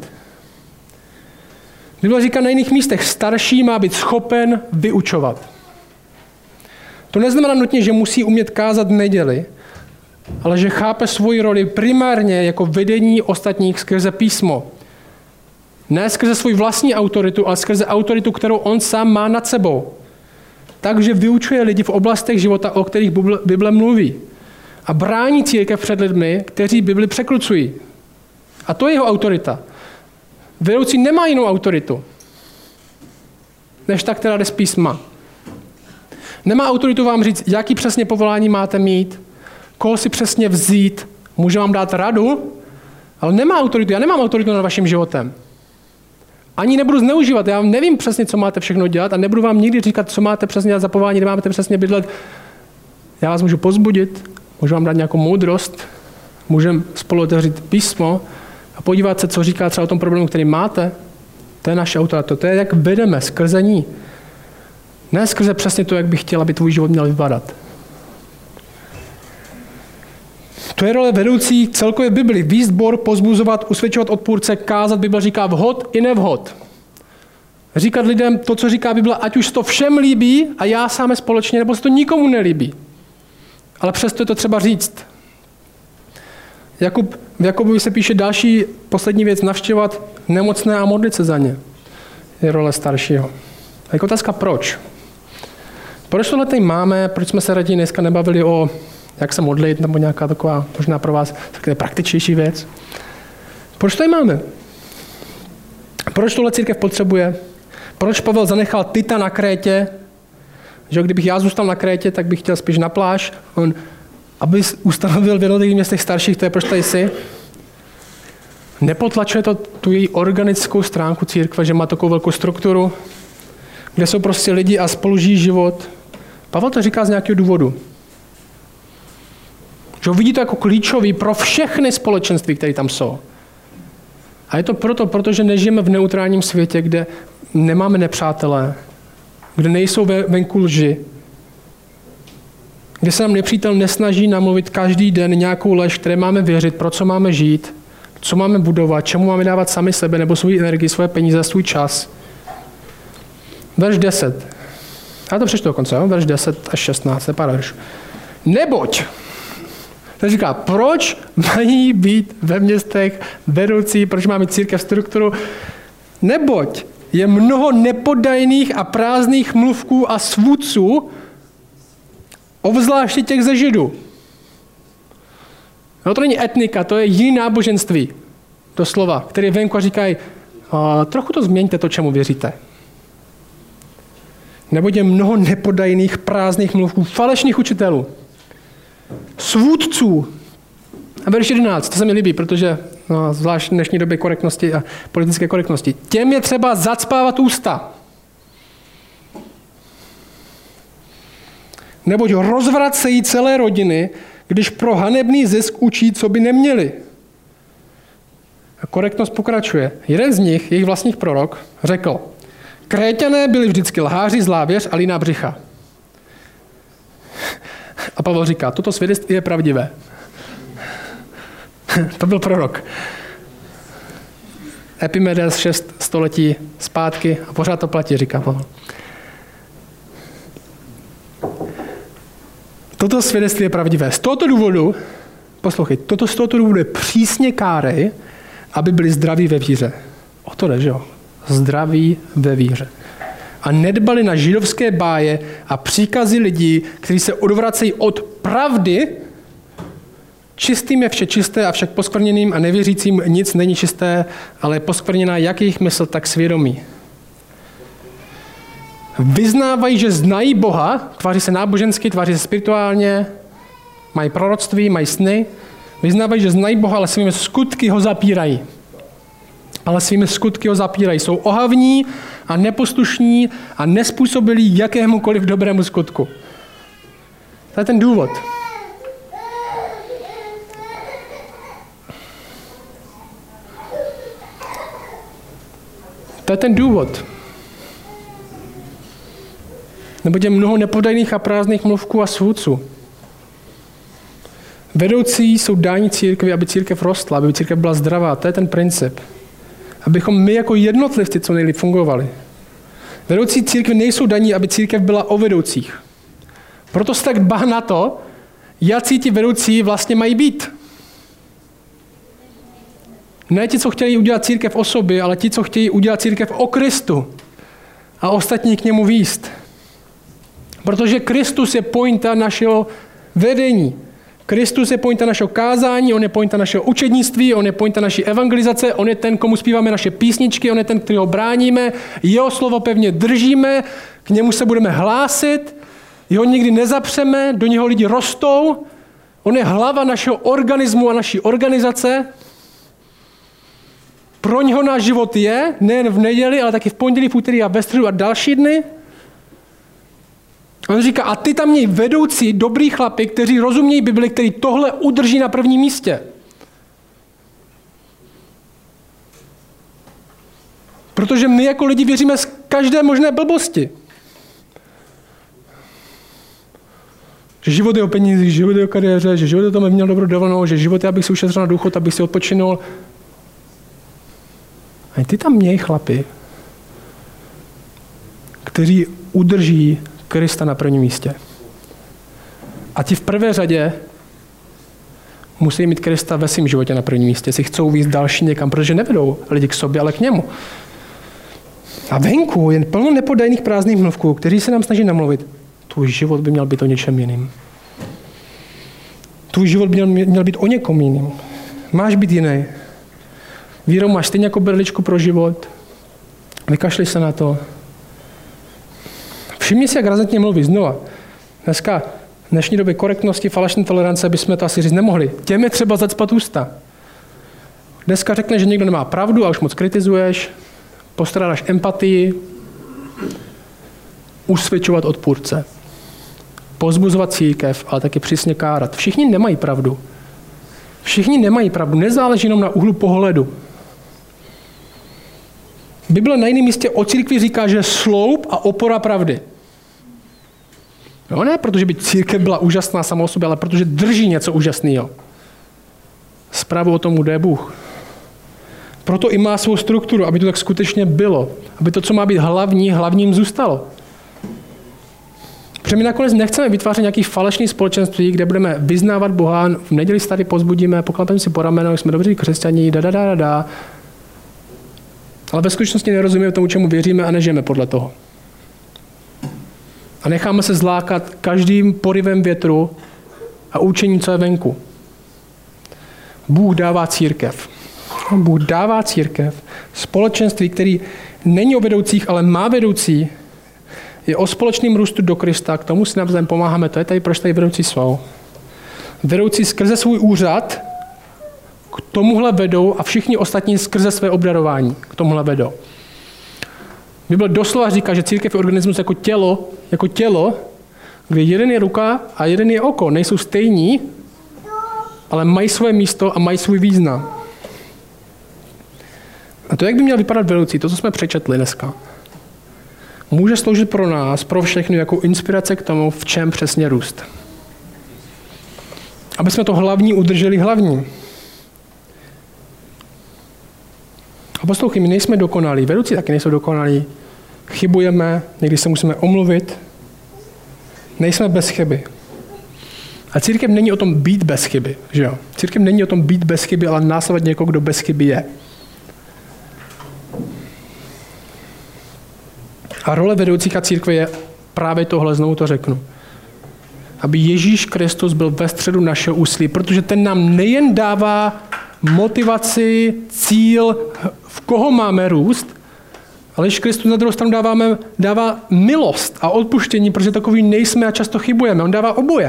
Bible říká na jiných místech, starší má být schopen vyučovat. To neznamená nutně, že musí umět kázat v neděli, ale že chápe svoji roli primárně jako vedení ostatních skrze písmo. Ne skrze svou vlastní autoritu, ale skrze autoritu, kterou on sám má nad sebou. Takže vyučuje lidi v oblastech života, o kterých Bible mluví. A brání církev před lidmi, kteří Bibli překrucují. A to je jeho autorita. Vedoucí nemá jinou autoritu, než ta, která jde z písma. Nemá autoritu vám říct, jaký přesně povolání máte mít, koho si přesně vzít, může vám dát radu, ale nemá autoritu. Já nemám autoritu nad vaším životem. Ani nebudu zneužívat. Já nevím přesně, co máte všechno dělat a nebudu vám nikdy říkat, co máte přesně dělat za povolání, kde máte přesně bydlet. Já vás můžu povzbudit, můžu vám dát nějakou moudrost, můžeme spolu otevřít písmo a podívat se, co říká třeba o tom problému, který máte. To je naše autorita. To je, jak vedeme skrze ní. Ne skrze přesně to, jak bych chtěl, aby tvůj život měl vypadat. To je role vedoucí celkově v Bibli. Vést sbor, pozbuzovat, usvědčovat odpůrce, kázat. Bible říká vhod i nevhod. Říkat lidem to, co říká Bible, ať už to všem líbí a já sám společně, nebo se to nikomu nelíbí. Ale přesto je to třeba říct. V Jakubovi se píše další poslední věc, navštěvovat nemocné a modlit se za ně. Je role staršího. A jako otázka proč? Proč tohle tady máme, proč jsme se raději dneska nebavili o jak se modlit, nebo nějaká taková možná pro vás taková praktičtější věc. Proč tady máme? Proč tohle církev potřebuje? Proč Pavel zanechal Tita na Krétě? Že kdybych já zůstal na Krétě, tak bych chtěl spíš na pláž. Aby ustanovil v jednotlivých městech starších, to je proč tady jsi. Nepotlačuje to tu její organickou stránku církve, že má takovou velkou strukturu, kde jsou prostě lidi a spolu žijí život. Pavel to říká z nějakého důvodu. Že ho vidí to jako klíčový pro všechny společenství, které tam jsou. A je to protože nežijeme v neutrálním světě, kde nemáme nepřátelé, kde nejsou venku lži, kde se nám nepřítel nesnaží namluvit každý den nějakou lež, které máme věřit, pro co máme žít, co máme budovat, čemu máme dávat sami sebe, nebo svou energii, svoje peníze, svůj čas. Verš 10. Já to přečtu dokonce, verš 10 až 16, pár veršů. Neboť, to říká, proč mají být ve městech vedoucí, proč máme církev strukturu? Neboť je mnoho nepodajných a prázdných mluvků a svůdců, obzvláště těch ze Židů. No to není etnika, to je jiné náboženství, to slova, které venku říkají, trochu to změňte to, čemu věříte. Neboť je mnoho nepodajných, prázdných mluvků, falešných učitelů, svůdců. A verš 11, to se mi líbí, protože zvlášť v dnešní době korektnosti a politické korektnosti. Těm je třeba zacpávat ústa. Neboť rozvracejí celé rodiny, když pro hanebný zisk učí, co by neměli. A korektnost pokračuje. Jeden z nich, jejich vlastních prorok, řekl, Kréťané byli vždycky lháři, zlávěř a líná břicha. A Pavel říká, toto svědectví je pravdivé. To byl prorok. Epimedes 6 století zpátky a pořád to platí, říká Pavel. Toto svědectví je pravdivé. Z tohoto důvodu, poslouchej, z tohoto důvodu je přísně kárej, aby byli zdraví ve víře. O to jde, že jo? Zdraví ve víře. A nedbali na židovské báje a příkazy lidí, kteří se odvracejí od pravdy. Čistým je vše čisté, avšak poskvrněným a nevěřícím nic není čisté, ale je poskvrněná jak jejich mysl, tak svědomí. Vyznávají, že znají Boha, tváří se nábožensky, tváří se spirituálně, mají proroctví, mají sny. Vyznávají, že znají Boha, ale svými skutky ho zapírají. Jsou ohavní a neposlušní a nespůsobilí jakémukoliv dobrému skutku. To je ten důvod. To je ten důvod. Neboť je mnoho nepodajných a prázdných mluvků a svůdců. Vedoucí jsou dáni církvi, aby církev rostla, aby církev byla zdravá. To je ten princip. Abychom my jako jednotlivci co nejlíp fungovali. Vedoucí církvi nejsou daní, aby církev byla o vedoucích. Proto se tak dbá na to, jací ti vedoucí vlastně mají být. Ne ti, co chtějí udělat církev o sobě, ale ti, co chtějí udělat církev o Kristu a ostatní k němu vést. Protože Kristus je pointa našeho vedení. Kristus je pointa našeho kázání, on je pointa našeho učednictví, on je pointa naší evangelizace, on je ten, komu zpíváme naše písničky, on je ten, kterého bráníme, jeho slovo pevně držíme, k němu se budeme hlásit, jeho nikdy nezapřeme, do něho lidi rostou, on je hlava našeho organismu a naší organizace. Pro něho náš život je, nejen v neděli, ale taky v pondělí, v úterý a ve středu a další dny. On říká, a ty tam měj vedoucí, dobrý chlapi, kteří rozumějí Bibli, který tohle udrží na prvním místě. Protože my jako lidi věříme z každé možné blbosti. Že život je o penězích, že život je o kariéře, že život je o tom, aby měl dobrou dovolenou, že život je, abych si ušetřil na důchod, abych si odpočinul. A ty tam měj chlapi, kteří udrží Krista na prvním místě. A ti v prvé řadě musí mít Krista ve svém životě na prvním místě. Si chcou víc další někam, protože nevedou lidi k sobě, ale k němu. A venku je plno nepodajných prázdných mluvků, kteří se nám snaží namluvit. Tvůj život by měl být o něčem jiným. Tvůj život by měl být o někom jiným. Máš být jiný. Vírou máš stejně jako berličku pro život. Vykašli se na to. Všimni si, jak razantně mluví znova. Dneska v dnešní době korektnosti, falešné tolerance bychom to asi říct nemohli. Těm je třeba zacpat ústa. Dneska řekne, že někdo nemá pravdu a už moc kritizuješ, postrádáš empatii, usvědčovat odpůrce, pozbuzovat církev, ale taky přísně kárat. Všichni nemají pravdu. Nezáleží jenom na úhlu pohledu. Bible na jiném místě o církvi říká, že je sloup a opora pravdy. No ne, protože by církev byla úžasná sama o sobě, ale protože drží něco úžasného. Zprávu o tom, kde je Bůh. Proto i má svou strukturu, aby to tak skutečně bylo. Aby to, co má být hlavním zůstalo. Protože my nakonec nechceme vytvářet nějaký falešný společenství, kde budeme vyznávat Boha, v neděli se tady pozbudíme, poklapeme si po rameno, jsme dobří křesťaní, ale ve skutečnosti nerozumíme tomu, čemu věříme a nežijeme podle toho. A necháme se zlákat každým porivem větru a učením, co je venku. Bůh dává církev. Bůh dává církev. Společenství, který není o vedoucích, ale má vedoucí, je o společném růstu do Krista. K tomu si navzájem pomáháme. To je tady, proč tady vedoucí jsou. Vedoucí skrze svůj úřad k tomuhle vedou a všichni ostatní skrze své obdarování k tomuhle vedou. Bible doslova říká, že církev je organismus jako tělo, kde jeden je ruka a jeden je oko. Nejsou stejní, ale mají svoje místo a mají svůj význam. A to, jak by měl vypadat vedoucí, to, co jsme přečetli dneska, může sloužit pro nás, pro všechny, jako inspirace k tomu, v čem přesně růst. Aby jsme to hlavní udrželi hlavní. A poslouchej, my nejsme dokonalí, vedoucí taky nejsou dokonalí, chybujeme, někdy se musíme omluvit, nejsme bez chyby. A církev není o tom být bez chyby, že jo? Církev není o tom být bez chyby, ale následovat někoho, kdo bez chyby je. A role vedoucích a církve je právě tohle, znovu to řeknu. Aby Ježíš Kristus byl ve středu našeho úsilí, protože ten nám nejen dává motivaci, cíl, v koho máme růst, ale Ježíš Kristus na druhou stranu dává milost a odpuštění, protože takový nejsme a často chybujeme. On dává oboje.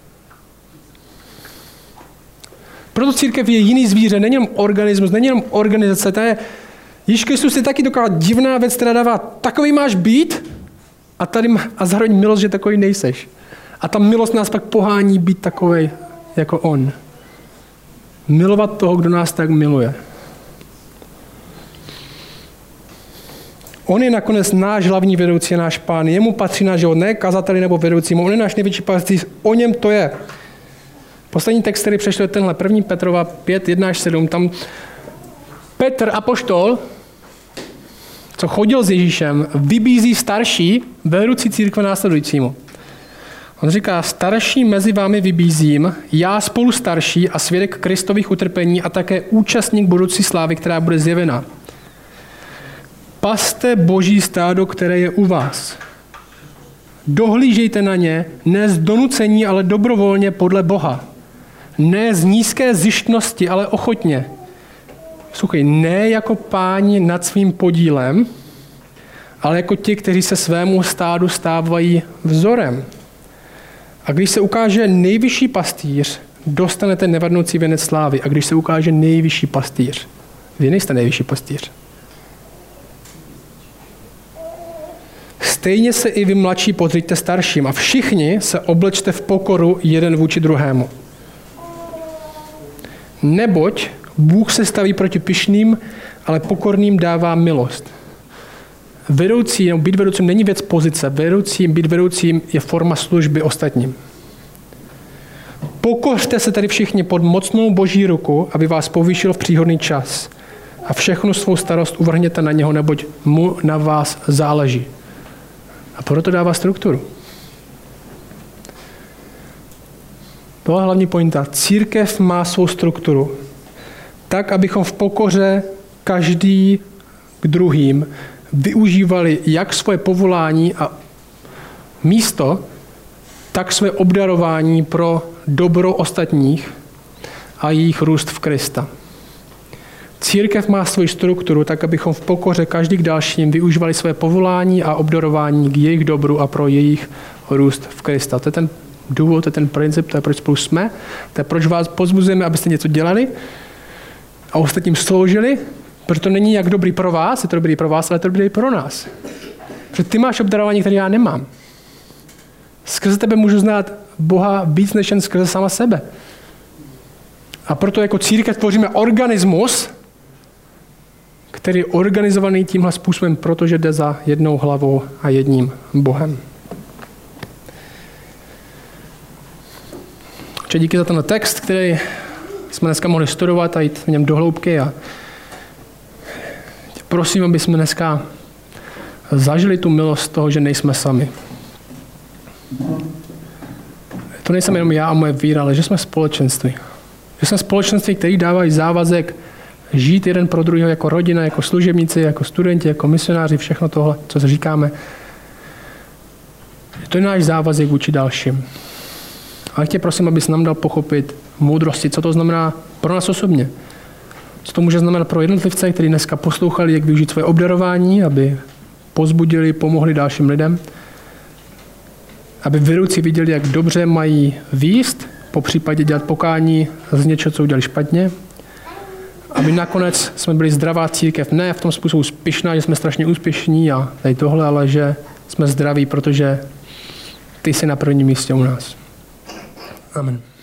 Proto církev je jiný zvíře, není jenom organismus, není jenom organizace. Ježíš Kristus je taky taková divná věc, která dává, takový máš být a zároveň milost, že takový nejseš. A ta milost nás pak pohání být takovej jako on. Milovat toho, kdo nás tak miluje. On je nakonec náš hlavní vedoucí, náš pán. Jemu patří náš život, ne kazateli nebo vedoucímu. On je náš největší pastýř, o něm to je. Poslední text, který přešel, je tenhle 1. Petrova 5, 1-7. Tam Petr, apoštol, co chodil s Ježíšem, vybízí starší vedoucí církve následujícímu. On říká, starší mezi vámi vybízím, já spolu starší a svědek Kristových utrpení a také účastník budoucí slávy, která bude zjevena. Paste boží stádo, které je u vás. Dohlížejte na ně, ne z donucení, ale dobrovolně podle Boha. Ne z nízké zištnosti, ale ochotně. Słuchej, ne jako páni nad svým podílem, ale jako ti, kteří se svému stádu stávají vzorem. A když se ukáže nejvyšší pastýř, dostanete nevadnoucí věnec slávy. A když se ukáže nejvyšší pastýř, vy nejste nejvyšší pastýř. Stejně se i vy mladší podřiďte starším a všichni se oblečte v pokoru jeden vůči druhému. Neboť Bůh se staví proti pyšným, ale pokorným dává milost. Být vedoucím není věc pozice. Být vedoucím je forma služby ostatním. Pokořte se tedy všichni pod mocnou boží ruku, aby vás povýšil v příhodný čas. A všechnu svou starost uvrhněte na něho, neboť mu na vás záleží. A proto dává strukturu. To je hlavní pointa. Církev má svou strukturu. Tak, abychom v pokoře každý k druhým využívali jak svoje povolání a místo, tak své obdarování pro dobro ostatních a jejich růst v Krista. Církev má svoji strukturu, tak abychom v pokoře každý k dalším využívali své povolání a obdarování k jejich dobru a pro jejich růst v Krista. To je ten důvod, to je ten princip, to je proč spolu jsme, to je proč vás pozbuzujeme, abyste něco dělali a ostatním sloužili, protože to není jak dobrý pro vás, je to dobrý pro vás, ale je to dobrý pro nás. Protože ty máš obdarování, které já nemám. Skrze tebe můžu znát Boha víc než jen skrze sama sebe. A proto jako církev tvoříme organismus, který je organizovaný tímhle způsobem, protože jde za jednou hlavou a jedním Bohem. Čiže díky za ten text, který jsme dneska mohli studovat a jít v něm do hloubky a prosím, aby jsme dneska zažili tu milost toho, že nejsme sami. to nejsem jenom já a moje víra, ale že jsme společenství. Že jsme společenství, který dávají závazek žít jeden pro druhého jako rodina, jako služebníci, jako studenti, jako misionáři, všechno tohle, co si říkáme. To je náš závazek vůči dalším. Ale tě prosím, abys nám dal pochopit moudrosti, co to znamená pro nás osobně. Co to může znamenat pro jednotlivce, kteří dneska poslouchali, jak využít svoje obdarování, aby pozbudili, pomohli dalším lidem. Aby vědoucí viděli, jak dobře mají výst, po případě dělat pokání z něčeho, co udělali špatně. Aby nakonec jsme byli zdravá církev, ne v tom způsobu pyšná, že jsme strašně úspěšní a tady tohle, ale že jsme zdraví, protože ty jsi na prvním místě u nás. Amen.